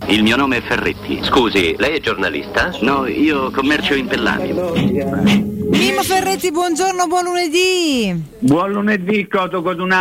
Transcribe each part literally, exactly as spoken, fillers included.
Il mio nome è Ferretti. Scusi, lei è giornalista? No, io commercio in pellami. Mimmo Ferretti, buongiorno, buon lunedì. Buon lunedì, Coto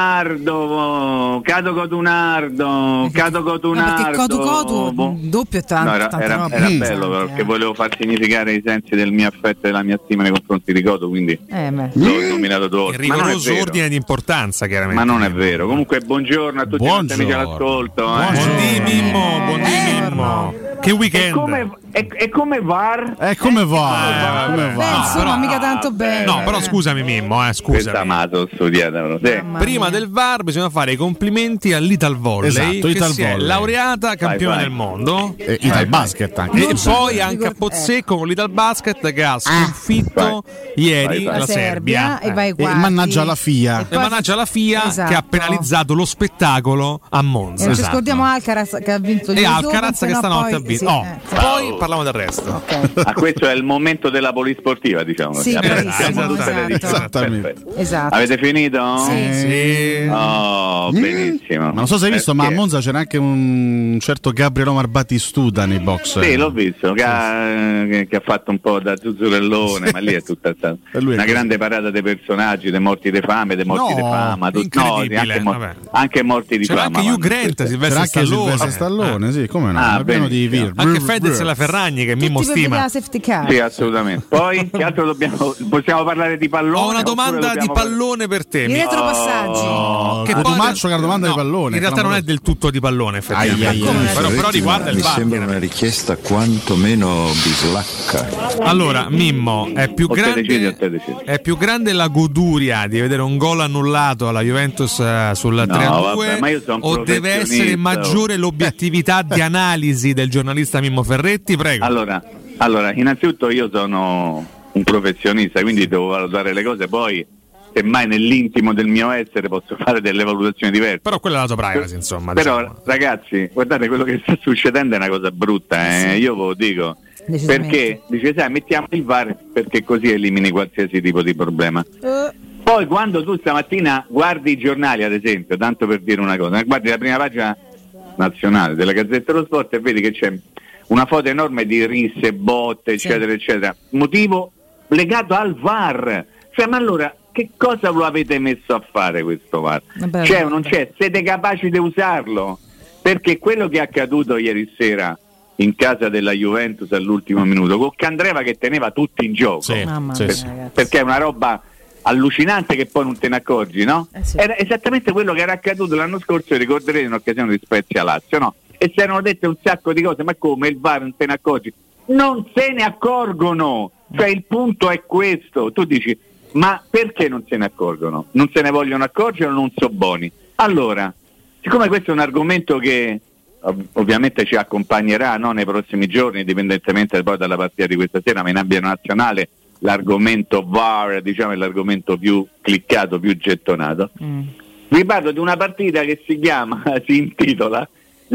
Cotunardo, Cato Cotunardo, Cato Cotunardo. Perché Cotu Cotu, Bo- doppio e tanto. No, era, tanta era, roba. era Mm. bello perché volevo far significare i sensi del mio affetto e della mia stima nei confronti di Coto, quindi Eh, beh. l'ho nominato due Il volte. Ma non è rigoroso vero. ordine di importanza, chiaramente. Ma non è vero. Comunque buongiorno a tutti quanti amici all'ascolto. eh. Buondì Mimmo, buondì Mimmo. Che E weekend. come, e, e come V A R? E come va? Come Beh, va? insomma, però- mica tanto bene. No, però scusami Mimmo, eh, Questa scusami. amato studiatelo. Sì. Mamma Prima mia. del V A R bisogna fare i complimenti all'Ital Volley, Esatto, che Ital si è Volley. laureata campione vai. del mondo. E Ital Basket anche. E Non so, poi dico- anche a Pozzecco con l'Ital Basket che ha sconfitto Vai. ieri Vai, vai. la Serbia. e vai ai E quarti. mannaggia la FIA. E mannaggia la FIA Esatto. che ha penalizzato lo spettacolo a E Monza. non ci Esatto. scordiamo Alcaraz che ha vinto gli E U S Alcaraz Open, che sennò stanotte poi- ha vinto. sì, Oh, eh. poi parliamo del resto. Ok. Ah, questo è il momento della polisportiva, diciamo. Sì, Abbiamo- bravissimo, abbiamo tutte le esatto. edizioni. Esattamente. Perfetto. Esatto. Avete finito? Sì. Sì. Oh, benissimo. Ma non so se hai visto, ma a Perché? Monza c'era anche un certo Gabriele Omar Battistuta nei box. Sì, l'ho visto, che ha, che- che ha fatto un po' da zuzzurellone, ma lì è tutta stata E lui è una così. grande parata dei personaggi, dei morti di fame, dei morti No, di fama, tut- no, sì, incredibile, anche, mo- vabbè. anche morti di C'era fama. anche Hugh vanno Grant, queste. C'era Silvestre anche Stallone. Silvestre Stallone, sì, come no? Ah, è pieno di benissimo. vir. Anche vir- Fedez e vir- la Ferragni che Mimmo Tutti per vedere stima. la safety car. Sì, assolutamente. Poi, che altro dobbiamo? Possiamo parlare di pallone? Ho una oppure domanda di dobbiamo parlare- pallone per te. I Mimmo. retropassaggi. Oh, Che a poi- Tomaccio che ha una domanda no, di pallone. In realtà non è del tutto di pallone, effettivamente. Ai, ai, ai. Però, però riguarda il Mi V A R. sembra una richiesta quantomeno bislacca. Allora, Mimmo, è più, O te grande, decidi, o te decidi. è più grande la goduria di vedere un gol annullato alla Juventus eh, sul tre a due vabbè, ma io sono o deve essere professionista, maggiore l'obiettività di analisi del giornalista Mimmo Ferretti? Prego. Allora, allora, innanzitutto io sono un professionista, quindi devo valutare le cose, poi semmai nell'intimo del mio essere posso fare delle valutazioni diverse. Però quella è la tua privacy, insomma. Però diciamo. ragazzi, guardate, quello che sta succedendo è una cosa brutta, eh? Io ve lo dico. Decisamente. Perché dice, sai, mettiamo il V A R perché così elimini qualsiasi tipo di problema. Eh, Poi quando tu stamattina guardi i giornali, ad esempio, tanto per dire una cosa, guardi la prima pagina nazionale della Gazzetta dello Sport e vedi che c'è una foto enorme di risse, botte, eccetera, eccetera. Motivo legato al V A R. Cioè, ma allora che cosa lo avete messo a fare questo V A R? Vabbè, C'è o vabbè. non c'è? Siete capaci di usarlo? Perché quello che è accaduto ieri sera in casa della Juventus all'ultimo minuto, con Candreva che teneva tutti in gioco, Sì, Mamma sì, mia, sì. ragazzi. perché è una roba allucinante che poi non te ne accorgi, no? Eh sì. Era esattamente quello che era accaduto l'anno scorso, ricorderete, in occasione di Spezia Lazio, no? E si erano dette un sacco di cose, ma come il V A R non te ne accorgi? Non se ne accorgono, cioè il punto è questo. Tu dici, ma perché non se ne accorgono? Non se ne vogliono accorgere o non so buoni? Allora, siccome questo è un argomento che ov- ovviamente ci accompagnerà, no, nei prossimi giorni, indipendentemente poi dalla partita di questa sera, ma in ambito nazionale l'argomento V A R, diciamo, è l'argomento più cliccato, più gettonato. Mm. Vi parlo di una partita che si chiama, si intitola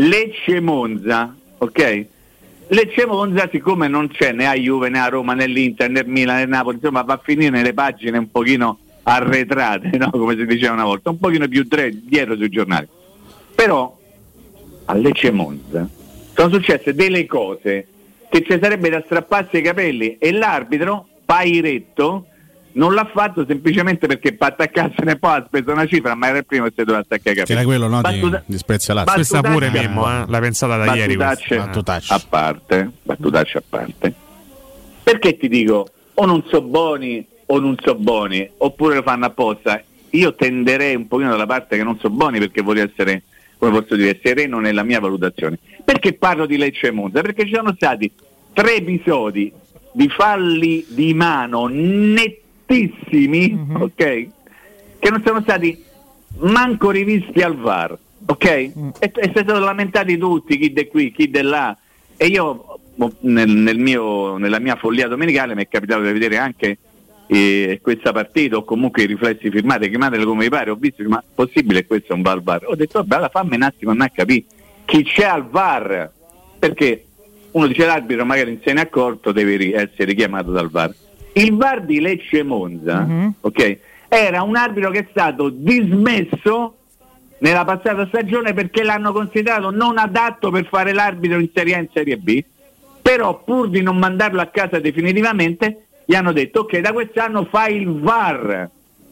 Lecce-Monza, ok? Lecce-Monza, siccome non c'è né a Juve né a Roma né l'Inter né Milan né Napoli, insomma va a finire nelle pagine un pochino arretrate, no? Come si diceva una volta, un pochino più dre- dietro sui giornali. Però a Lecce-Monza sono successe delle cose che ci sarebbe da strapparsi i capelli e l'arbitro, Pairetto, non l'ha fatto semplicemente perché per attaccarsene poi ha speso una cifra, ma era il primo che si doveva attaccare i Che capelli. era quello, no? Battuta- Di, di Spezia Lazio. Questa pure battutaccia- Mimmo, eh? l'hai pensata da ieri. battutacce questa. Battutacce. a parte, battutacce a parte. Perché ti dico o non so buoni o non so buoni, oppure lo fanno apposta? Io tenderei un pochino dalla parte che non so buoni, perché voglio essere, come posso dire, sereno nella mia valutazione. Perché parlo di Lecce e Monza? Perché ci sono stati tre episodi di falli di mano nettissimi, Mhm. ok? Che non sono stati manco rivisti al V A R, ok? Mm. E, e si sono lamentati tutti, chi di qui, chi di là. E io nel, nel mio, nella mia follia domenicale mi è capitato di vedere anche eh, questa partita, o comunque i riflessi firmati, chiamatele come vi pare. Ho visto, ma possibile questo è un V A R V A R? Ho detto, vabbè, allora fammi un attimo andare a capire chi c'è al V A R, perché uno dice l'arbitro magari non se ne è accorto, deve ri- essere richiamato dal V A R. Il V A R di Lecce Monza, Mhm. ok, era un arbitro che è stato dismesso nella passata stagione perché l'hanno considerato non adatto per fare l'arbitro in Serie A e in Serie B, però pur di non mandarlo a casa definitivamente gli hanno detto ok, da quest'anno fai il V A R.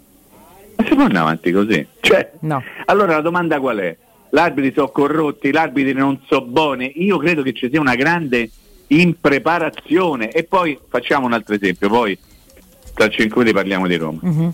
Ma si può andare avanti così? Cioè, no. Allora la domanda qual è? Gli arbitri sono corrotti, gli arbitri non sono buoni? Io credo che ci sia una grande impreparazione. E poi facciamo un altro esempio, poi tra cinque minuti parliamo di Roma. Mm-hmm.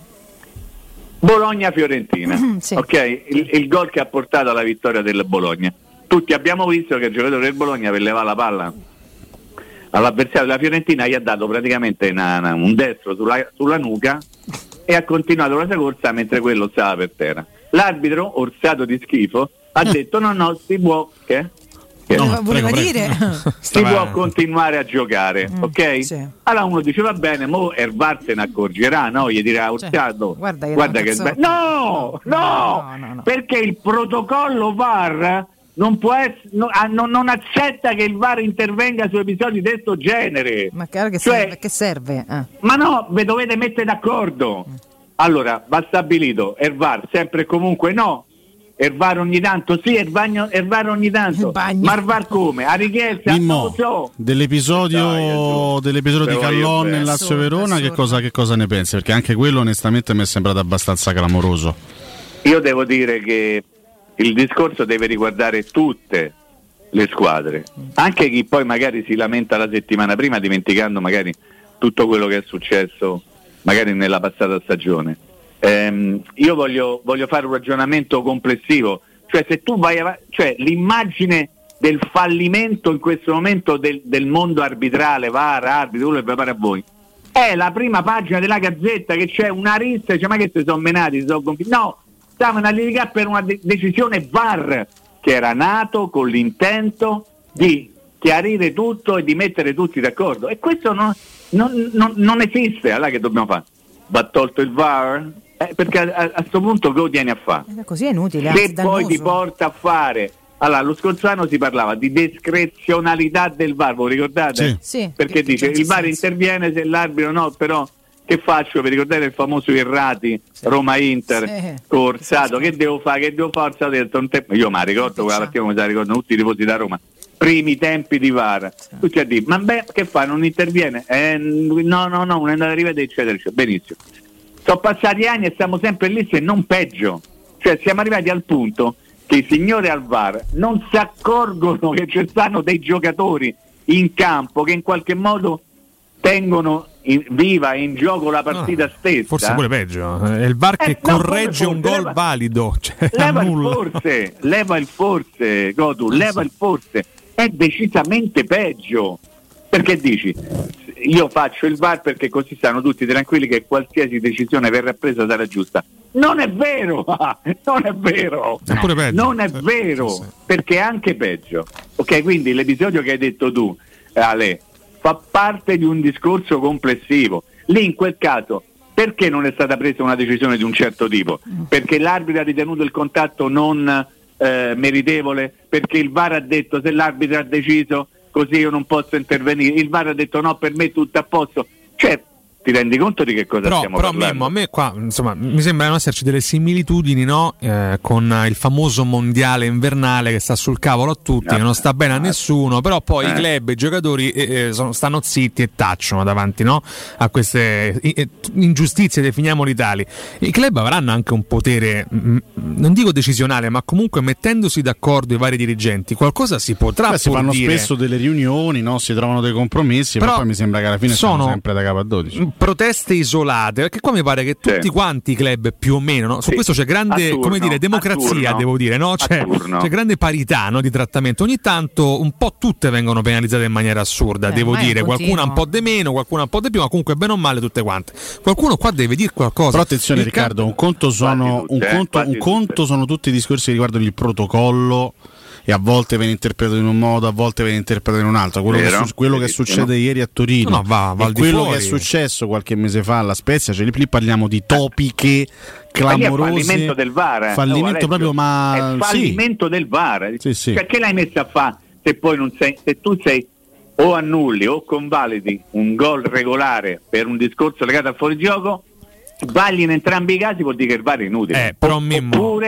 Bologna-Fiorentina, Mm-hmm, sì. ok? Il, il gol che ha portato alla vittoria del Bologna. Tutti abbiamo visto che il giocatore del Bologna per levare la palla all'avversario della Fiorentina gli ha dato praticamente una, una, un destro sulla, sulla nuca e ha continuato la sua corsa mentre quello stava per terra. L'arbitro, orsato di schifo, ha detto no no, si può che? Che? No, voleva prego, dire prego. Si può continuare a giocare, Mm, ok? sì. Allora uno dice va bene, mo Ervar se ne accorgerà, no? Gli dirà orsato, guarda che guarda non che cazzo- be- no, no, No, no, no. perché il protocollo V A R non può essere, no, ah, non, non accetta che il V A R intervenga su episodi di questo genere. Ma chiaro che Cioè- serve, che serve? Ah. Ma no, vi dovete mettere d'accordo. Allora, va stabilito, Ervar sempre e comunque no, Ervar ogni tanto sì, Ervagno, Ervar ogni tanto, Il bagno. ma Ervar come? A richiesta? Non Mimmo, lo so. dell'episodio, Dai, dell'episodio di Però io Callon beh. nel Lazio Verona, Assurdo, che assurdo. cosa, che cosa ne pensi? Perché anche quello onestamente mi è sembrato abbastanza clamoroso. Io devo dire che il discorso deve riguardare tutte le squadre, anche chi poi magari si lamenta la settimana prima dimenticando magari tutto quello che è successo magari nella passata stagione. Ehm, io voglio, voglio fare un ragionamento complessivo, cioè se tu vai avanti, cioè l'immagine del fallimento in questo momento del, del mondo arbitrale, V A R, arbitro, quello che vi pare a voi, è la prima pagina della Gazzetta che c'è una rissa, dice ma che si sono menati, si sono confi-". No, stavano a litigare per una de- decisione V A R che era nato con l'intento di chiarire tutto e di mettere tutti d'accordo, e questo non, non, non, non esiste. Allora che dobbiamo fare? Va tolto il V A R? Eh, perché a questo punto che lo tieni a fare? Eh, Così è inutile. Se anzi, poi ti dannoso. porta a fare, allora lo scorso anno si parlava di discrezionalità del V A R, voi ricordate? Sì. Sì, Perché che- dice che il V A R senso. interviene se l'arbitro no, però che faccio? Vi ricordate il famoso Irrati, Roma-Inter, Sì. Corsato, che devo fare? Che devo fare? Orsato ha detto, "Non te-". Io mi ricordo quella partita come se la ricordano tutti i tifosi da Roma, primi tempi di V A R, tutti a dire, ma beh, che fa? Non interviene? Eh, no, no, no, non è andato a rivedere, eccetera, eccetera. Benissimo. Sono passati anni e stiamo sempre lì, se non peggio. Cioè siamo arrivati al punto che i signori al V A R non si accorgono che ci stanno dei giocatori in campo che in qualche modo tengono in, viva in gioco la partita No, stessa. forse pure peggio. È il V A R che Eh, no, corregge come un forse, gol leva- valido. Cioè, Leva il annulla. forse, leva il forse, Godu, leva il forse. È decisamente peggio. Perché dici, io faccio il V A R perché così stanno tutti tranquilli che qualsiasi decisione verrà presa sarà giusta. Non è vero, non è vero, È pure peggio. non è Sì, vero, sì, sì. perché è anche peggio. Ok, quindi l'episodio che hai detto tu, Ale, fa parte di un discorso complessivo. Lì in quel caso, perché non è stata presa una decisione di un certo tipo? Perché l'arbitro ha ritenuto il contatto non eh, meritevole, perché il V A R ha detto se l'arbitro ha deciso così io non posso intervenire, il V A R ha detto no, per me tutto a posto. Cioè, ti rendi conto di che cosa Però, stiamo però parlando? Mimmo, a me qua insomma mi sembrano esserci delle similitudini, no? Eh, con il famoso mondiale invernale che sta sul cavolo a tutti, No. che non sta bene a nessuno, però poi Eh. i club e i giocatori eh, eh, sono- stanno zitti e tacciono davanti, no? A queste eh, eh, ingiustizie, definiamoli tali. I club avranno anche un potere, mh, non dico decisionale, ma comunque mettendosi d'accordo i vari dirigenti, qualcosa si potrà Beh, si pur fanno dire. spesso delle riunioni, no? Si trovano dei compromessi, Però ma poi mi sembra che alla fine sono- siamo sempre da capo a dodici. Proteste isolate, perché qua mi pare che tutti Sì. quanti i club più o meno, no? Su Sì. questo c'è grande A turno, come dire, a democrazia, turno. devo dire, no? A C'è, turno. c'è grande parità, no, di trattamento. Ogni tanto un po' tutte vengono penalizzate in maniera assurda, Eh, devo ma è dire, continuo. qualcuna un po' di meno, qualcuna un po' di più, ma comunque bene o male tutte quante. Qualcuno qua deve dire qualcosa. Però attenzione Il Riccardo, campo- un conto sono, tutte, un eh, conto, quasi un conto tutte. sono tutti i discorsi che riguardano il protocollo e a volte viene interpretato in un modo, a volte viene interpretato in un altro. Quello, Vero, che, su- quello che verissimo. succede ieri a Torino No, no, va- va e al di quello fuori. che è successo qualche mese fa alla Spezia, cioè lì parliamo di topiche Ma lì è clamorose. fallimento del V A R, eh. Fallimento Oh, Alessio, proprio, ma è sì. fallimento del V A R. Sì, sì. Cioè, che l'hai messa a fare se poi non sei, se tu sei o annulli o convalidi un gol regolare per un discorso legato al fuorigioco, sbagli in entrambi i casi, vuol dire che il V A R è inutile. Eh, però O- Mimmo, oppure, eh.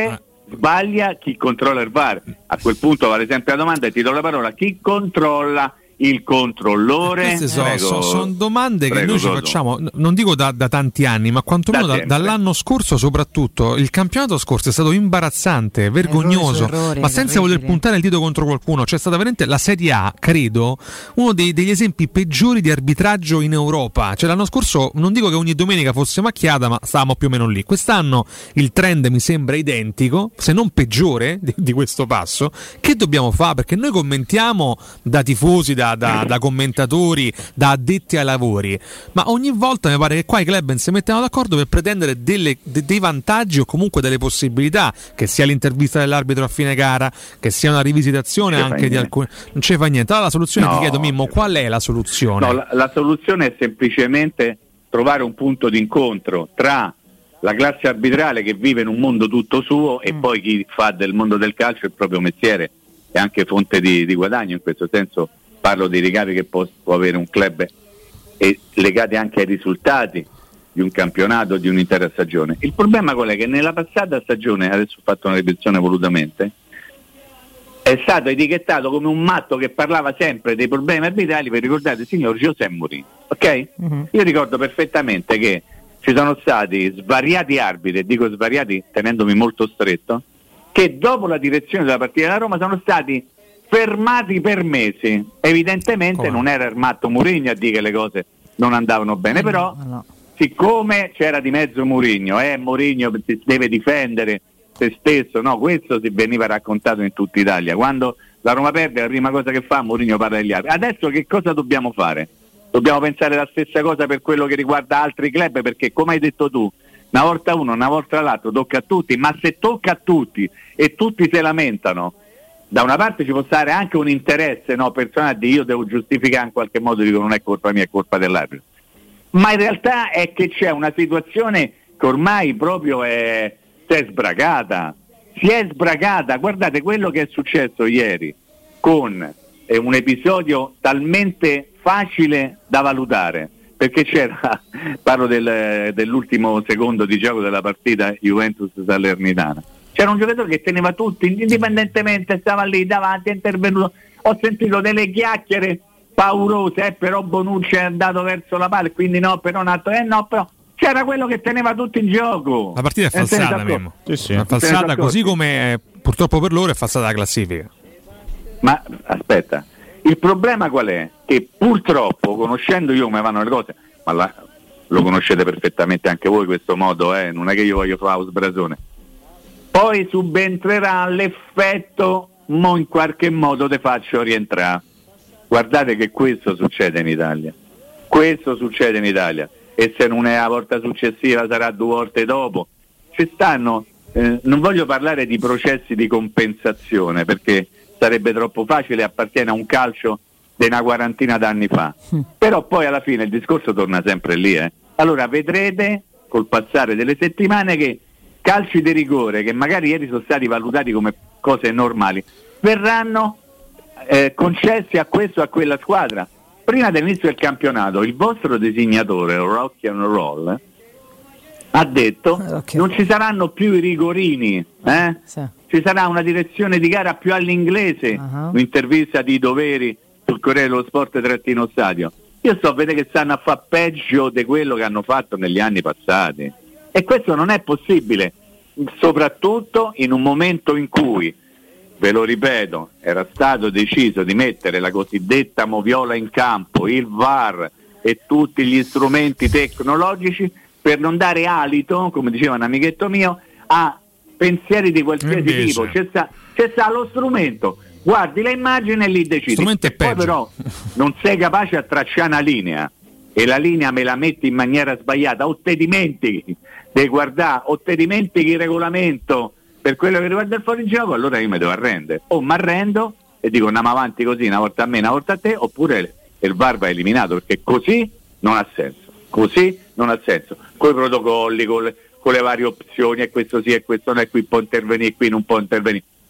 sbaglia chi controlla il V A R. A quel punto vale sempre la domanda e ti do la parola: chi controlla il controllore? Queste sono, prego, sono, sono domande prego, che noi ci Toto. facciamo, non dico da, da tanti anni, ma quantomeno Da da, dall'anno scorso soprattutto. Il campionato scorso è stato imbarazzante, vergognoso, Errori su errori, ma senza terribili. voler puntare il dito contro qualcuno. C'è stata veramente la Serie A, credo, uno dei, degli esempi peggiori di arbitraggio in Europa. Cioè l'anno scorso non dico che ogni domenica fosse macchiata, ma stavamo più o meno lì. Quest'anno il trend mi sembra identico, se non peggiore di, di questo passo. Che dobbiamo fare? Perché noi commentiamo da tifosi, da, da, da commentatori, da addetti ai lavori, ma ogni volta mi pare che qua i club non si mettano d'accordo per pretendere delle, de, dei vantaggi o comunque delle possibilità, che sia l'intervista dell'arbitro a fine gara, che sia una rivisitazione anche di alcune. Non ci fa niente. Allora la soluzione, No, ti chiedo Mimmo, qual è la soluzione? No, la, la soluzione è semplicemente trovare un punto d'incontro tra la classe arbitrale che vive in un mondo tutto suo e Mm. poi chi fa del mondo del calcio il proprio mestiere e anche fonte di, di guadagno. In questo senso parlo dei ricavi che può, può avere un club e legati anche ai risultati di un campionato, di un'intera stagione. Il problema qual è? Che nella passata stagione, adesso ho fatto una ripetizione volutamente, è stato etichettato come un matto che parlava sempre dei problemi arbitrali. Vi ricordate il signor José Mourinho, ok? Mm-hmm. Io ricordo perfettamente che ci sono stati svariati arbitri, e dico svariati tenendomi molto stretto, che dopo la direzione della partita della Roma sono stati fermati per mesi. Evidentemente Come? non era il matto Mourinho a dire che le cose non andavano bene, però No, no. siccome c'era di mezzo Mourinho, eh, Mourinho si deve difendere se stesso, no, questo si veniva raccontato in tutta Italia. Quando la Roma perde, la prima cosa che fa Mourinho parla degli altri. Adesso che cosa dobbiamo fare? Dobbiamo pensare la stessa cosa per quello che riguarda altri club, perché come hai detto tu, una volta uno, una volta l'altro, tocca a tutti, ma se tocca a tutti e tutti se lamentano, da una parte ci può stare anche un interesse, no, personale di io devo giustificare in qualche modo, dico non è colpa mia, è colpa dell'arbitro. Ma in realtà è che c'è una situazione che ormai proprio è, si è sbragata, si è sbragata. Guardate quello che è successo ieri con eh, un episodio talmente facile da valutare, perché c'era, parlo del, dell'ultimo secondo di gioco della partita Juventus-Salernitana, c'era un giocatore che teneva tutti, indipendentemente, stava lì davanti, è intervenuto, ho sentito delle chiacchiere paurose, eh, però Bonucci è andato verso la palla, quindi no, però un altro, eh no, però c'era quello che teneva tutto in gioco. La partita è falsata, Mimmo. Sì, sì. È falsata, così come eh, purtroppo per loro è falsata la classifica. Ma aspetta, il problema qual è? Che purtroppo, conoscendo io come vanno le cose, ma la, lo conoscete perfettamente anche voi questo modo, eh? Non è che io voglio fare lo sbrasone, poi subentrerà l'effetto, mo in qualche modo te faccio rientrare. Guardate che questo succede in Italia, questo succede in Italia, e se non è la volta successiva sarà due volte dopo. Ci stanno, eh, non voglio parlare di processi di compensazione perché sarebbe troppo facile, appartiene a un calcio di una quarantina d'anni fa, mm. però poi alla fine il discorso torna sempre lì, eh. Allora vedrete col passare delle settimane che calci di rigore che magari ieri sono stati valutati come cose normali verranno eh, concessi a questo o a quella squadra. Prima dell'inizio del campionato il vostro designatore Rocky and Roll eh, ha detto okay. non ci saranno più i rigorini, eh? Sì. Ci sarà una direzione di gara più all'inglese. Uh-huh. Un'intervista di Doveri sul Corriere dello Sport trattino Stadio. Io sto a vedere che stanno a fare peggio di quello che hanno fatto negli anni passati, e questo non è possibile, soprattutto in un momento in cui, ve lo ripeto, era stato deciso di mettere la cosiddetta moviola in campo, il V A R e tutti gli strumenti tecnologici per non dare alito, come diceva un amichetto mio, a pensieri di qualsiasi Invece. tipo. C'è sta, c'è sta lo strumento, guardi le immagini e lì decidi. Strumento è Poi peggio. però non sei capace a tracciare una linea e la linea me la metti in maniera sbagliata, o te dimentichi di guardare, o te dimentichi il regolamento per quello che riguarda il fuorigioco, allora io mi devo arrendere. O mi arrendo e dico andiamo avanti così, una volta a me, una volta a te, oppure il V A R va eliminato, perché così non ha senso. Così non ha senso. Con i protocolli, con le, con le varie opzioni, e questo sì e questo no, e qui può intervenire, qui non può intervenire.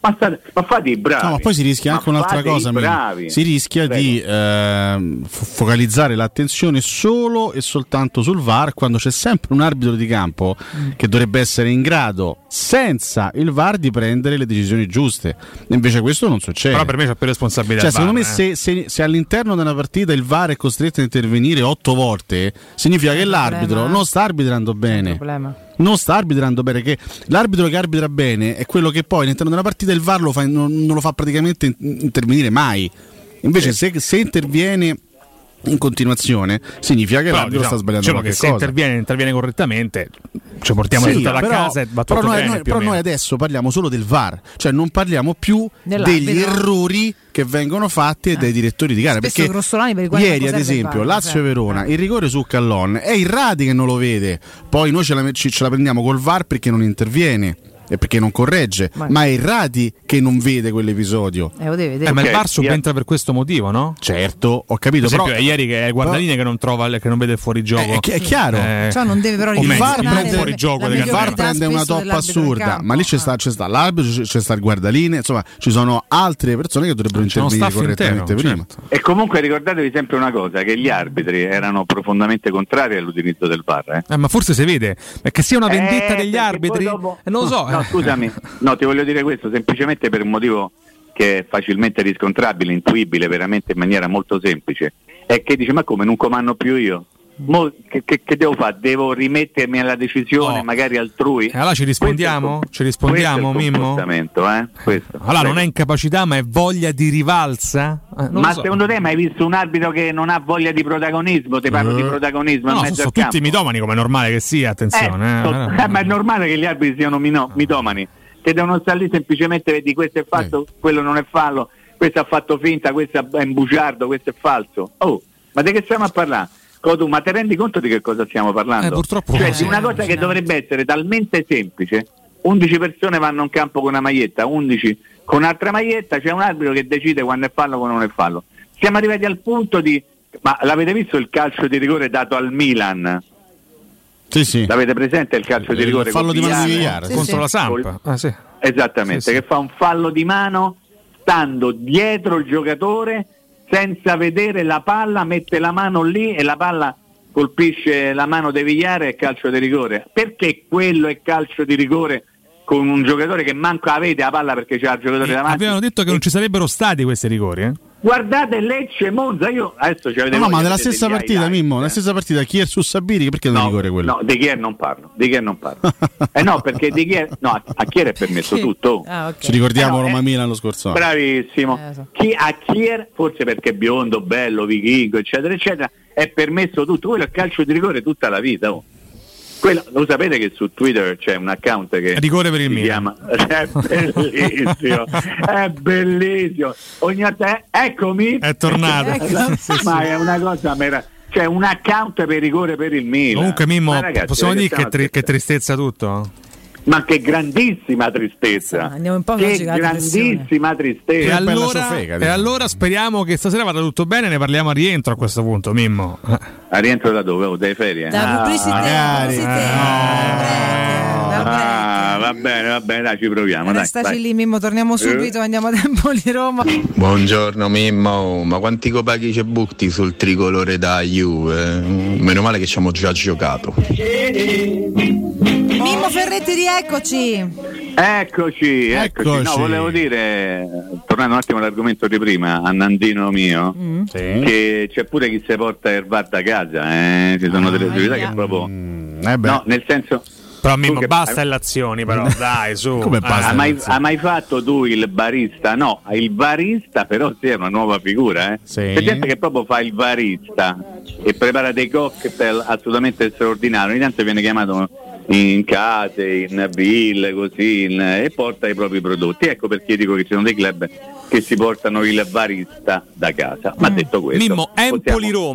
Ma, state, ma fate i bravi. No, ma poi si rischia ma anche un'altra cosa, si rischia Prego. di eh, focalizzare l'attenzione solo e soltanto sul V A R, quando c'è sempre un arbitro di campo mm. che dovrebbe essere in grado, senza il V A R, di prendere le decisioni giuste. Invece questo non succede. Però per me c'è più responsabilità. Cioè, secondo V A R, me eh. se, se, se all'interno di una partita il V A R è costretto a intervenire otto volte, significa che l'arbitro problema. non sta arbitrando bene. Non sta arbitrando bene, che l'arbitro che arbitra bene è quello che poi all'interno della partita il V A R lo fa, non, non lo fa praticamente intervenire mai. Invece se, se interviene in continuazione significa che però, l'arbitro diciamo, sta sbagliando diciamo qualche che se cosa. interviene, interviene correttamente, ci portiamo sì, tutta la però, casa e va tutto però, noi, bene, noi, più o però meno. noi adesso parliamo solo del V A R, cioè non parliamo più Dell'arbitro. degli errori che vengono fatti eh. dai direttori di gara. Spesso perché grossolani per i quali ieri ad esempio Lazio-Verona, il rigore su Callon è Irrati che non lo vede, poi noi ce la, ce la prendiamo col V A R perché non interviene e perché non corregge, ma, ma è Irrati che non vede quell'episodio. Eh, lo deve vedere. Eh, ma okay. il V A R subentra yeah. per questo motivo, no? Certo, ho capito. Per esempio, però, è ieri che è il guardaline però, che non trova, che non vede il fuorigioco. È, è chiaro. Eh, cioè non deve però il V A R prende, fuori gioco, il V A R prende una toppa assurda, ma lì c'è sta, c'è sta l'arbitro, c'è sta il guardaline, insomma, ci sono altre persone che dovrebbero c'è intervenire correttamente intero, prima. Certo. E comunque ricordatevi sempre una cosa, che gli arbitri erano profondamente contrari all'utilizzo del V A R. Eh? Eh, ma forse si vede, è che sia una vendetta eh, degli arbitri, dopo... eh, non lo so. No, scusami, no, ti voglio dire questo semplicemente per un motivo che è facilmente riscontrabile, intuibile, veramente in maniera molto semplice. È che dice, ma come, non comando più io? Mo, che, che, che devo fare? Devo rimettermi alla decisione, no. magari altrui? E allora ci rispondiamo? Questo, ci rispondiamo, questo è il Mimmo? comportamento, eh? Questo. Allora non è incapacità, ma è voglia di rivalsa? Eh, ma so. secondo te hai mai visto un arbitro che non ha voglia di protagonismo? Ti parlo uh. di protagonismo no, in mezzo sono al campo. tutti mitomani, come è normale che sia, attenzione. Eh, eh, so, eh, ma è normale che gli arbitri siano mino, mitomani, che devono stare lì semplicemente vedi questo è fatto, eh. quello non è fallo, questo ha fatto finta, questo è un bugiardo, questo è falso. Oh, ma di che stiamo a parlare? Codu, ma ti rendi conto di che cosa stiamo parlando? Eh, purtroppo cioè sì, di una cosa sì, che no. dovrebbe essere talmente semplice. undici persone vanno in campo con una maglietta, undici con un'altra maglietta, c'è un arbitro che decide quando è fallo o quando non è fallo. Siamo arrivati al punto di, ma l'avete visto il calcio di rigore dato al Milan? Sì, sì. L'avete presente il calcio di rigore? Il fallo di mano di Villar, sì, contro sì. la Samp. Ah, sì. Esattamente, sì, sì. che fa un fallo di mano stando dietro il giocatore senza vedere la palla, mette la mano lì e la palla colpisce la mano di Villar e calcio di rigore. Perché quello è calcio di rigore con un giocatore che manco la vede la palla perché c'è il giocatore E davanti? avevano detto che non ci sarebbero stati questi rigori, eh? Guardate Lecce Monza, io adesso ci avete No, no, ma nella vedere stessa gli partita, highlights, Mimmo, eh. nella stessa partita Kier su Sabiri, perché non No, rigore quello? no, di Kier non parlo, di Kier non parlo. eh no, perché di Kier, no, a, a Kier è permesso tutto. Ah, okay. Ci ricordiamo Eh no, Roma-Milan lo scorso anno. Bravissimo. Eh, so. Chi, a Kier, forse perché è biondo, bello, vichingo, eccetera, eccetera, è permesso tutto. Quello è calcio di rigore tutta la vita. Oh. Quello, lo sapete che su Twitter c'è un account che rigore per il si Milan. chiama è bellissimo, è bellissimo. Ogni volta eh, eccomi, È tornato. Ecco. Sì, sì. ma è una cosa mera. C'è un account per rigore per il Milan. Comunque Mimmo, Ma ragazzi, possiamo dire che, stiamo tri- che scherzando? tristezza tutto? Ma che grandissima tristezza, Andiamo un po' che oggi con la grandissima E tristezza. Una bella allora, ciofeca, e diciamo. allora speriamo che stasera vada tutto bene, ne parliamo a rientro a questo punto, Mimmo. A rientro da dove? Oh, dai ferie? Da pubblicità, magari. pubblicità, dal break, dal Ah, va bene, va bene, dai, ci proviamo. Dai, Restaci vai. lì, Mimmo, torniamo subito, andiamo a tempo di Roma. Buongiorno Mimmo, ma quanti copaghi c'è butti sul tricolore da Juve? Meno male che ci abbiamo già giocato. Mimmo Ferretti, rieccoci. Eccoci, eccoci. Eccoci. No, volevo dire, tornando un attimo all'argomento di prima, a Nandino mio, Mm. Sì. che c'è pure chi si porta il V A R da casa, eh? Ci sono Ah, delle attività ahia. che proprio... Mm, eh beh. No, nel senso... Però Mimmo, tu che- basta le azioni, però, dai, su. Come Eh, basta? Ha mai, ha mai fatto tu il barista? No, il barista però sì, è una nuova figura, eh? Sì. C'è gente che proprio fa il barista e prepara dei cocktail assolutamente straordinari, ogni tanto viene chiamato in case, in ville, così, in- e porta i propri prodotti. Ecco perché dico che ci sono dei club che si portano il barista da casa. Ma detto questo, Mimmo, possiamo- Empoli-Roma.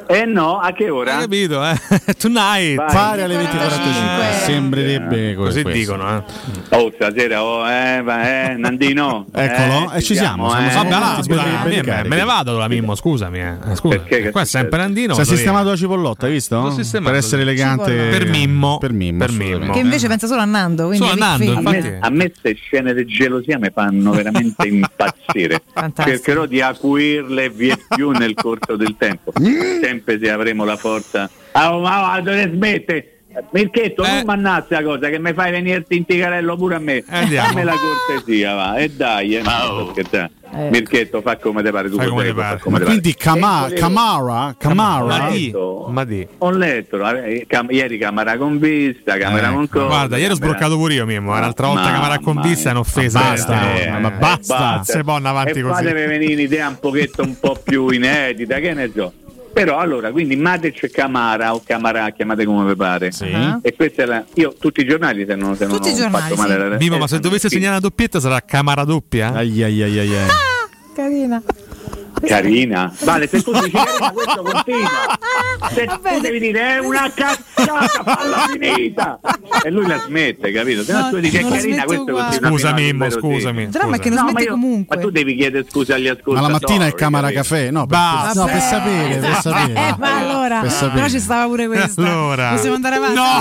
Eh no, a che ora? Hai capito, eh? Tonight. Vai. Pare alle venti e quarantacinque. Sembrerebbe eh, così questo. Dicono, eh. Oh, stasera, oh, eh, eh, Nandino. Eccolo, e eh, ci siamo. siamo, eh. siamo Vabbè, là, me, me, me ne vado allora, Mimmo, scusami. Eh. Scusa, perché, qua è sempre Nandino. Si è sistemato la cipollotta, hai visto? Per essere elegante. Per Mimmo. Per Mimmo. Per Mimmo. Che invece pensa solo a Nando. Solo a Nando, infatti. A me queste scene di gelosia mi fanno veramente impazzire. Cercherò di acuirle via più nel corso del tempo. Sempre se avremo la forza. Ah, ma dove smette? Mirchetto, eh. non mannazza la cosa che mi fai venire tinticarello pure a me. Andiamo. Fammi la cortesia, va. E dai, eh, oh. eh. Mirchetto, fa come te pare tu. Fai come te pare. Come te quindi Camara, Camara, Camara. Ma di. Ho letto, eh, cam- ieri Camara con vista, Camera eh. con cosa. Guarda, ieri ho sbroccato pure io Mimmo, un'altra volta Camara con vista è un'offesa. Basta, eh, ma basta, basta. Se poi avanti e così. Fatemi venire un'idea un pochetto un po' più inedita, che ne so. Però allora, quindi Matic Camara o Camara, chiamate come vi pare. Sì. Uh-huh. E questa è la. Io tutti i giornali se non se non tutti ho giornali, fatto male sì. la Vivo, ma se dovesse sì. segnare una doppietta sarà Camara doppia? Ai ai ai ai. ai. Ah, carina. Carina. Vale, se tu dici carina questo continua. Se tu devi dire è una cazzata, palla finita. E lui la smette, capito? Se no, no tu dici è carina questo continua. Scusa Mimmo, scusami. Il dramma è che non no, smette ma io, comunque. Ma tu devi chiedere scusa agli ascoltatori. Ma la mattina è Camera Caffè, no? Per, Basta. no, per sapere, per sapere. Eh, ma allora, per sapere. Però ci stava pure questa. Allora. Possiamo andare avanti? No,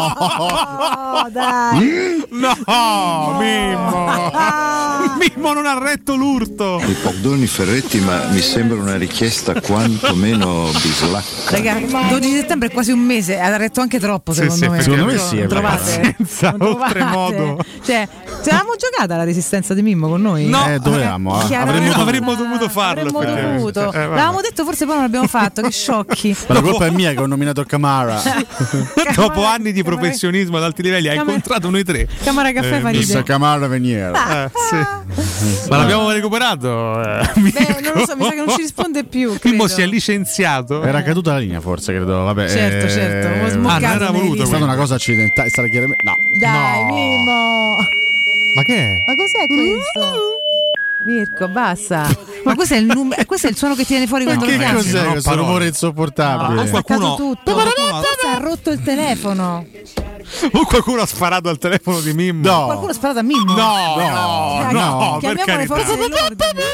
no dai. No, Mimmo. Mimmo non ha retto l'urto. I Pogdoni Ferretti, ma mi sembra una richiesta quantomeno bislacca. Raga, dodici settembre è quasi un mese, ha retto anche troppo secondo sì, me. Sì, secondo me sì, è trovate, senza oltremodo. Cioè, ce l'avevamo giocata la resistenza di Mimmo con noi? No, eh, dovevamo, eh. avremmo, avremmo dovuto farlo. Avremmo dovuto. Eh, L'avevamo detto, forse poi non l'abbiamo fatto, che sciocchi. Ma la colpa è mia che ho nominato Camara. Dopo anni di professionismo ad alti livelli hai incontrato noi tre. Camara Caffè eh, fa ridere. Camara Veniera. Eh, sì. Ma l'abbiamo recuperato? Eh, Beh, non lo so, mi sa che non ci risponde più. Mimmo si è licenziato. Era caduta la linea, forse, credo. Vabbè, certo, eh... certo. Ah, non era voluto. È stata una cosa accidentale. È stata chiaramente. No. Dai, no. Mimmo. Ma che è? Ma cos'è questo? Mirko, basta. Ma questo è il num- questo è il suono che tiene fuori quando che lo chiami? cos'è no, questo parole. rumore insopportabile? No, ha staccato qualcuno... tutto. Forse ha rotto il telefono. O qualcuno ha sparato al telefono di Mimmo? No. Qualcuno ha sparato a Mimmo? No, no, Dai, no, no, per chiamiamo le carità. forze dell'ordine.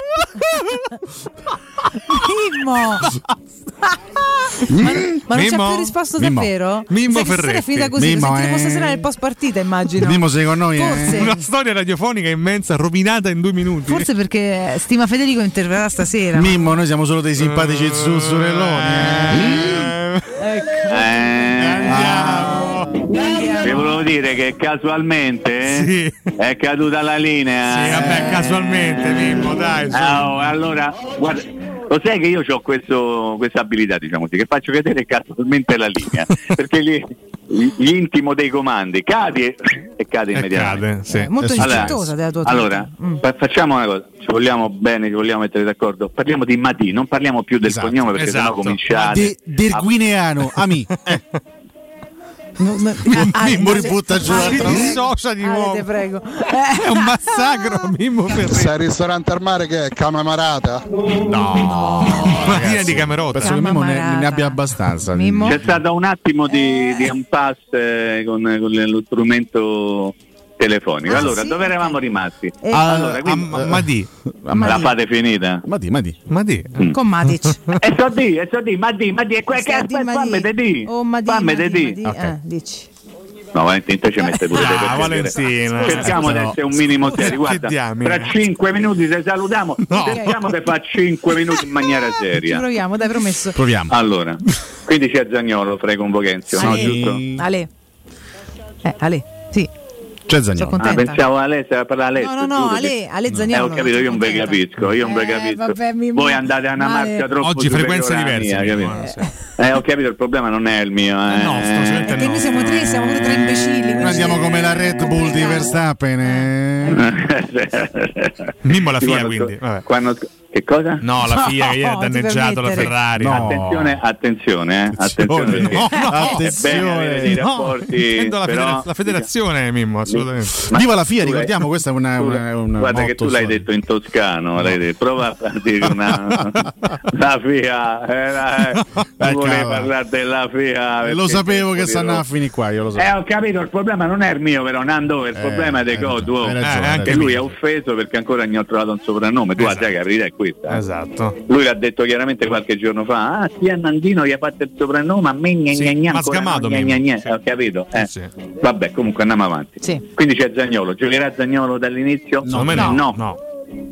Mimmo. ma, ma non Mimmo? c'è più risposto Mimmo. davvero? Mimmo Sai che Ferretti. è finita così, Mimmo, lo sentiremo eh. stasera nel post partita, immagino. Mimmo sei con noi, Forse. eh? Una storia radiofonica immensa, rovinata in due minuti. Forse perché stima Federico interverrà stasera. Mimmo, noi siamo solo dei simpatici uh, zuzzurelloni. Eh. Ecco. Eh, Andiamo. Vi volevo dire che casualmente Sì. è caduta la linea. Sì, vabbè, casualmente, Mimmo, dai. Su. Oh, allora, guarda, lo sai che io ho questo, questa abilità, diciamo così, che faccio vedere casualmente la linea, perché gli, gli intimo dei comandi cadi e, e cade immediatamente. Cade, sì. Molto Allora, rispettosa della tua allora mm. fa- facciamo una cosa, ci vogliamo bene, ci vogliamo mettere d'accordo, parliamo di Mati, non parliamo più del Esatto, cognome perché esatto. sennò cominciate. De, del a- Guineano, ami. Eh. No, no, Mimmo ributta giù Si l'altro. dissocia di Ale, nuovo. te prego. È un massacro, Mimmo Ferretti. Sai il ristorante al mare che è Camamarata? No, una linea di camerotta. Penso che Mimmo ne, ne abbia abbastanza. Mimmo? C'è stato un attimo di, di impasse eh, con, con lo strumento telefonico. Ah, allora, sì? dove eravamo rimasti? Eh, allora, Ah, quindi, ma, ma di, la fate finita? Ma di, ma di. ma di. Con Matic. E so di, e so di, ma di, ma di, e que- che Sta di, aspetta, ma fammi te di, Oh, ma di, fammi ma te di, di. ma di. Ok. Eh, dici. No, Valentina, te ci mette pure te, Ah, per piacere. Valentina. Cerchiamo di No. essere un minimo seri, Che guarda, diamine. tra cinque minuti se salutiamo, No. cerchiamo di fare cinque minuti in maniera Ci seria. proviamo, dai, promesso. Proviamo. Allora, quindi c'è Zaniolo fra i convocenzio, no, Ale. giusto? Ale. Eh, Ale. Sì. C'è Sono Zaniolo. Ah, contenta. pensavo a lei, stava per Alessio. No, no, no, giuro Ale, che- Ale Eh, Zaniolo. ho capito, io non ve capisco, io non ve Eh, capisco. vabbè, mi- Voi andate a una male. marcia troppo Oggi frequenze superiore alla diverse. mia, Mimmo, capito? eh, sì. Eh, ho capito, il problema non è il mio. Eh. Il nostro, sicuramente Perché no. noi siamo tre, siamo pure tre imbecilli. quindi Noi andiamo come la Red Bull di Verstappen. Eh. Mimmo la Sì, fia, quando, quindi. Vabbè. quando, Che cosa? No, la F I A no, che ieri ha danneggiato la Ferrari. No. Attenzione, attenzione, eh. attenzione. No, no, attenzione. Dei rapporti, no, la, però, federa- la federazione, Mimmo, assolutamente. Viva la F I A, ricordiamo, questa è una, una, una guarda che tu l'hai solida. detto in toscano, no. l'hai detto. Prova a dire una la F I A, eh, eh, volevi parlare della F I A. Lo sapevo che stanno a finire qua, io lo so. Eh, ho capito, il problema non è il mio, però Nando, il eh, problema è dei Cotu. Eh, anche lui ha offeso perché ancora non gli ho trovato un soprannome. Tu esatto. sai che la verità è questa. Esatto. Lui l'ha detto chiaramente qualche giorno fa. Ah, sì, a Nandino gli ha fatto il soprannome, a me gna, sì, gna, gna, ma sgamato gna, gna, gna, sì. Ho capito. Eh. Sì, sì. Vabbè, comunque andiamo avanti. Sì. Quindi c'è Zaniolo. Giocherà Zaniolo dall'inizio? No, no. no. no. no.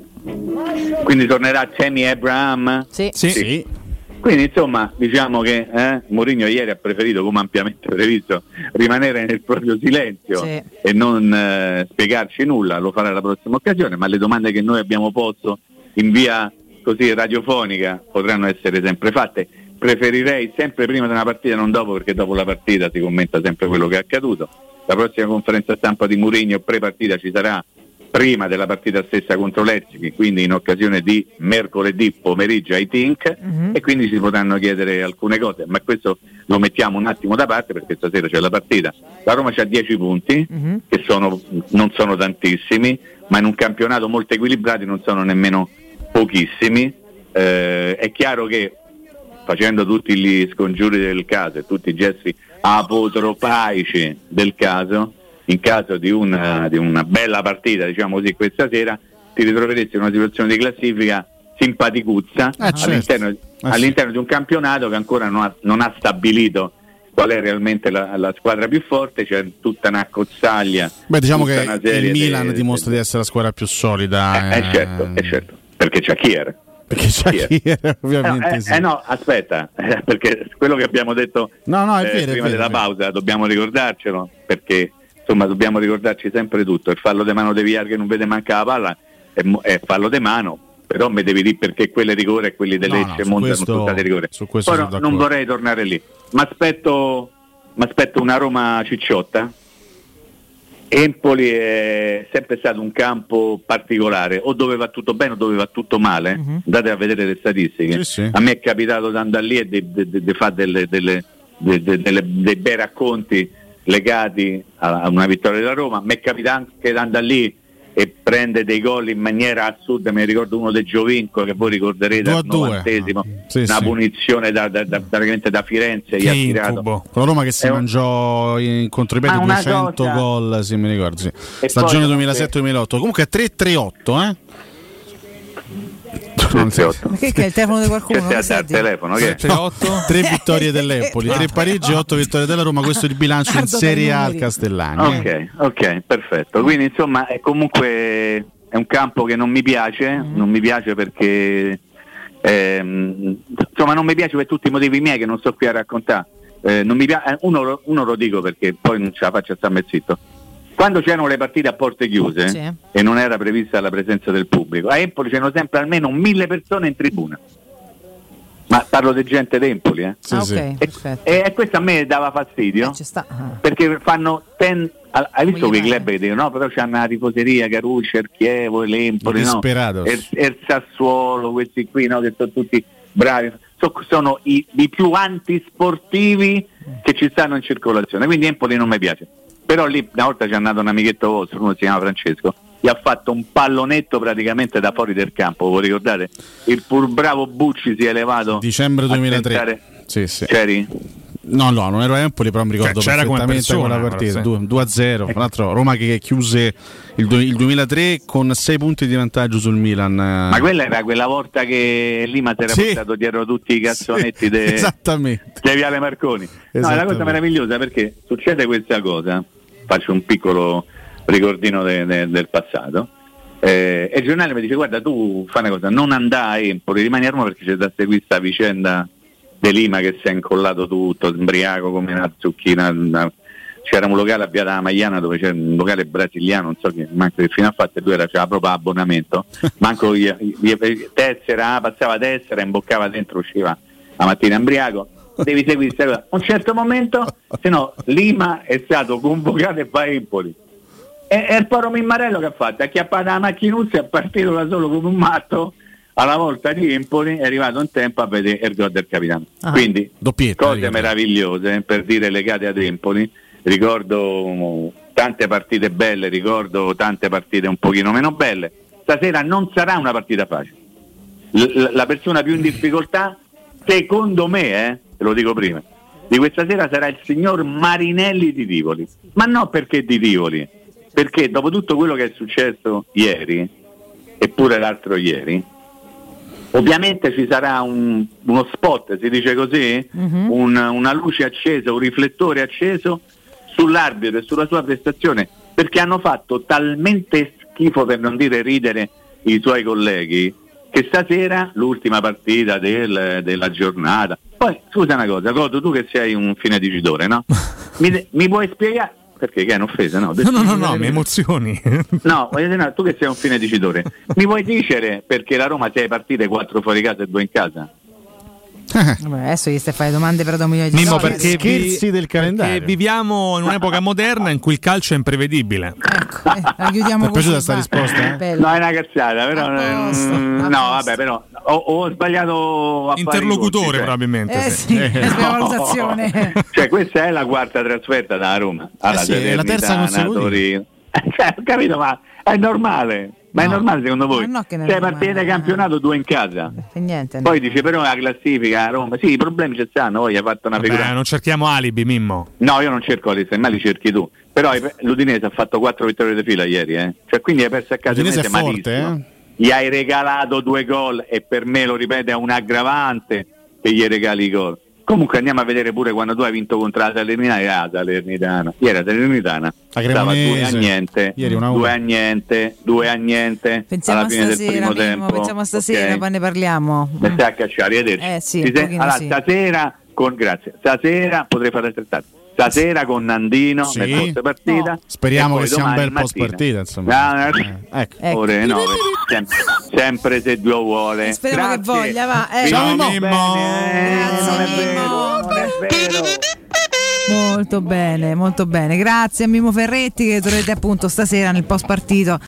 Quindi tornerà Tammy Abraham? Sì. Sì. sì. sì. Quindi insomma diciamo che eh, Mourinho ieri ha preferito, come ampiamente previsto, rimanere nel proprio silenzio sì. e non eh, spiegarci nulla. Lo farà la prossima occasione, ma le domande che noi abbiamo posto in via così radiofonica potranno essere sempre fatte. Preferirei sempre prima di una partita, non dopo, perché dopo la partita si commenta sempre quello che è accaduto. La prossima conferenza stampa di Mourinho pre-partita ci sarà prima della partita stessa contro Lecce, quindi in occasione di mercoledì pomeriggio I think, mm-hmm. e quindi si potranno chiedere alcune cose, ma questo lo mettiamo un attimo da parte perché stasera c'è la partita. La Roma c'ha dieci punti, mm-hmm. che sono, non sono tantissimi, ma in un campionato molto equilibrato non sono nemmeno pochissimi. Eh, è chiaro che facendo tutti gli scongiuri del caso e tutti i gesti apotropaici del caso, in caso di una, di una bella partita, diciamo così, questa sera, ti ritroveresti in una situazione di classifica simpaticuzza eh, certo. all'interno, eh, all'interno sì. di un campionato che ancora non ha, non ha stabilito qual è realmente la, la squadra più forte. C'è tutta una accozzaglia. Beh, diciamo che il Milan de, dimostra de, di essere la squadra più solida. Eh, eh, certo, è certo, perché c'è Kier. Perché c'è Kier, ovviamente. Eh, no, sì. eh, eh no, aspetta, eh, perché quello che abbiamo detto no, no, è eh, vero, prima è vero, della pausa, dobbiamo ricordarcelo, perché insomma dobbiamo ricordarci sempre tutto. Il fallo di mano di Villar che non vede manca la palla è, è fallo di mano, però mi devi dire perché quelle rigore e quelli delle Lecce no, Monza non sono state rigore. Però non vorrei tornare lì, ma aspetto, aspetto una Roma cicciotta. Empoli è sempre stato un campo particolare, o dove va tutto bene o dove va tutto male. Uh-huh. Andate a vedere le statistiche. Sì, sì. A me è capitato di andare lì e di, di, di, di fare delle, delle, de, de, delle, dei bei racconti legati a una vittoria della Roma. Mi è capitato anche di andare lì e prende dei gol in maniera assurda. Mi ricordo uno di Giovinco che voi ricorderete al novantesimo, sì, una sì. punizione da, da, da, da, da Firenze, gli ha tirato. Con la Roma che si è mangiò in contropiede duecento cosa... gol, sì, mi ricordo, sì. Stagione duemilasette duemilaotto. Comunque è tre tre otto, eh? Non so. Che, che è il telefono di qualcuno? Che stai al telefono? Che? No, tre vittorie dell'Empoli, tre pareggi e otto vittorie della Roma. Questo è il bilancio in Serie A al Castellani. Ok, ok, perfetto. Quindi insomma è comunque è un campo che non mi piace, mm. non mi piace perché ehm, insomma non mi piace per tutti i motivi miei che non sto qui a raccontare. Eh, non mi piace, uno, uno lo dico perché poi non ce la faccio a stare zitto. Quando c'erano le partite a porte chiuse, sì, e non era prevista la presenza del pubblico, a Empoli c'erano sempre almeno mille persone in tribuna. Ma parlo di gente d'Empoli, eh? Sì, ah, sì. Okay, e, e, e questo a me dava fastidio, eh, ci sta. Ah. Perché fanno ten, hai visto quei club che dicono no, però c'hanno la tifoseria, Caruccia, il Chievo, l'Empoli, no? E il Sassuolo, questi qui, no? Che sono tutti bravi, so, sono i, i più antisportivi che ci stanno in circolazione, quindi Empoli non mi piace. Però lì una volta c'è andato un amichetto vostro, uno si chiama Francesco, gli ha fatto un pallonetto praticamente da fuori del campo, voi ricordate? Il pur bravo Bucci si è elevato dicembre duemilatré. Tentare... Sì, sì. C'eri? No, no, non ero a Empoli, però mi ricordo cioè, perfettamente quella partita, due a zero. Tra l'altro Roma che chiuse il, il duemilatré con sei punti di vantaggio sul Milan. Ma quella era quella volta che Lima si era sì, portato dietro tutti i cazzonetti sì, de... esattamente. di Viale Marconi. No, è una cosa meravigliosa perché succede questa cosa, faccio un piccolo ricordino de, de, del passato, eh, e il giornale mi dice guarda tu fai una cosa, non andare a Empoli, rimani a Roma perché c'è da seguire questa vicenda De Lima che si è incollato tutto, sbriaco come una zucchina. Una... c'era un locale a Via della Magliana dove c'era un locale brasiliano, non so che manco che fino a fatto lui era, c'era proprio abbonamento, manco gli, gli, tessera, passava tessera, imboccava dentro, usciva la mattina imbriaco. Devi seguire questa cosa. A un certo momento, se no Lima è stato convocato e va a Empoli. E, e il poro Mimmarello che ha fatto? Ha chiappato la macchinuzza e è partito da solo come un matto alla volta di Empoli è arrivato in tempo a vedere il gol del capitano. Ah. Quindi Doppietta, cose ricordo. meravigliose per dire legate ad Empoli. Ricordo tante partite belle, ricordo tante partite un pochino meno belle. Stasera non sarà una partita facile. L- la persona più in difficoltà, secondo me, eh, te lo dico prima, di questa sera sarà il signor Marinelli di Tivoli. Ma non perché di Tivoli, perché dopo tutto quello che è successo ieri, eppure l'altro ieri, ovviamente ci sarà un, uno spot, si dice così, Mhm. un- una luce accesa, un riflettore acceso sull'arbitro e sulla sua prestazione, perché hanno fatto talmente schifo, per non dire ridere, i suoi colleghi, che stasera l'ultima partita del- della giornata. Poi scusa una cosa, Coto, tu che sei un fine dicitore, no? mi, mi puoi spiegare perché che è un'offesa? No, No, no, no, no, mi emozioni. No, voglio dire, no, tu che sei un fine dicitore, mi puoi dicere perché la Roma sei partite quattro fuori casa e due in casa? Vabbè, adesso gli stai a fare domande per un milione di Mimmo, dollari. perché Scherzi vi- del calendario. perché viviamo in un'epoca moderna in cui il calcio è imprevedibile. Ecco, eh, la chiudiamo Ti è piaciuta così, sta va. risposta, eh? Bello. No, è una cazzata, però A posto, mm, a no, posto. vabbè, però ho, ho sbagliato a fare i Interlocutore conti, cioè. probabilmente. Eh sì. sì, è una valutazione. Cioè, questa è la quarta trasferta dalla Roma alla Eh sì, è la terza Salernitana, consecutiva. Torino. Cioè, ho capito, ma è normale. Ma è No. normale secondo voi? Ma no che non è Sei normale. partite di campionato, due in casa. E niente. Poi dice però la classifica a Roma. Sì, i problemi ci stanno, poi hai fatto una figura. Vabbè, non cerchiamo alibi, Mimmo. No, io non cerco li, semmai li cerchi tu. Però hai- l'Udinese ha fatto quattro vittorie di fila ieri, eh. Cioè, quindi hai perso a casa L'Udinese è malissimo. forte, Gli hai regalato due gol e per me, lo ripete, è un aggravante che gli regali i gol. Comunque andiamo a vedere pure quando tu hai vinto contro la Salernitana, la Salernitana. Ieri la Salernitana La stava due a Cremonese. niente, Ieri una a uno. due a niente, due a niente Pensiamo alla a fine del stasera, primo Mimmo, tempo. pensiamo a stasera, Ok? poi ne parliamo. Mi stai a cacciare, arrivederci. Eh sì, Ci un sei- pochino allora, sì. stasera con grazie. Stasera potrei fare altrettanto. Stasera con Nandino Sì. nel post partita. No. Speriamo e poi che sia un domani bel post mattina. partita, insomma. Ah, Eh, ecco. Ecco. Ore nove, sempre, sempre se Dio vuole. Speriamo che Grazie. voglia, va. Eh, Vi Ciao, voglio Mimmo. bene, eh, Grazie, non è Mimmo. vero, non è vero. Molto bene, molto bene. Grazie a Mimmo Ferretti che troverete appunto stasera nel post partito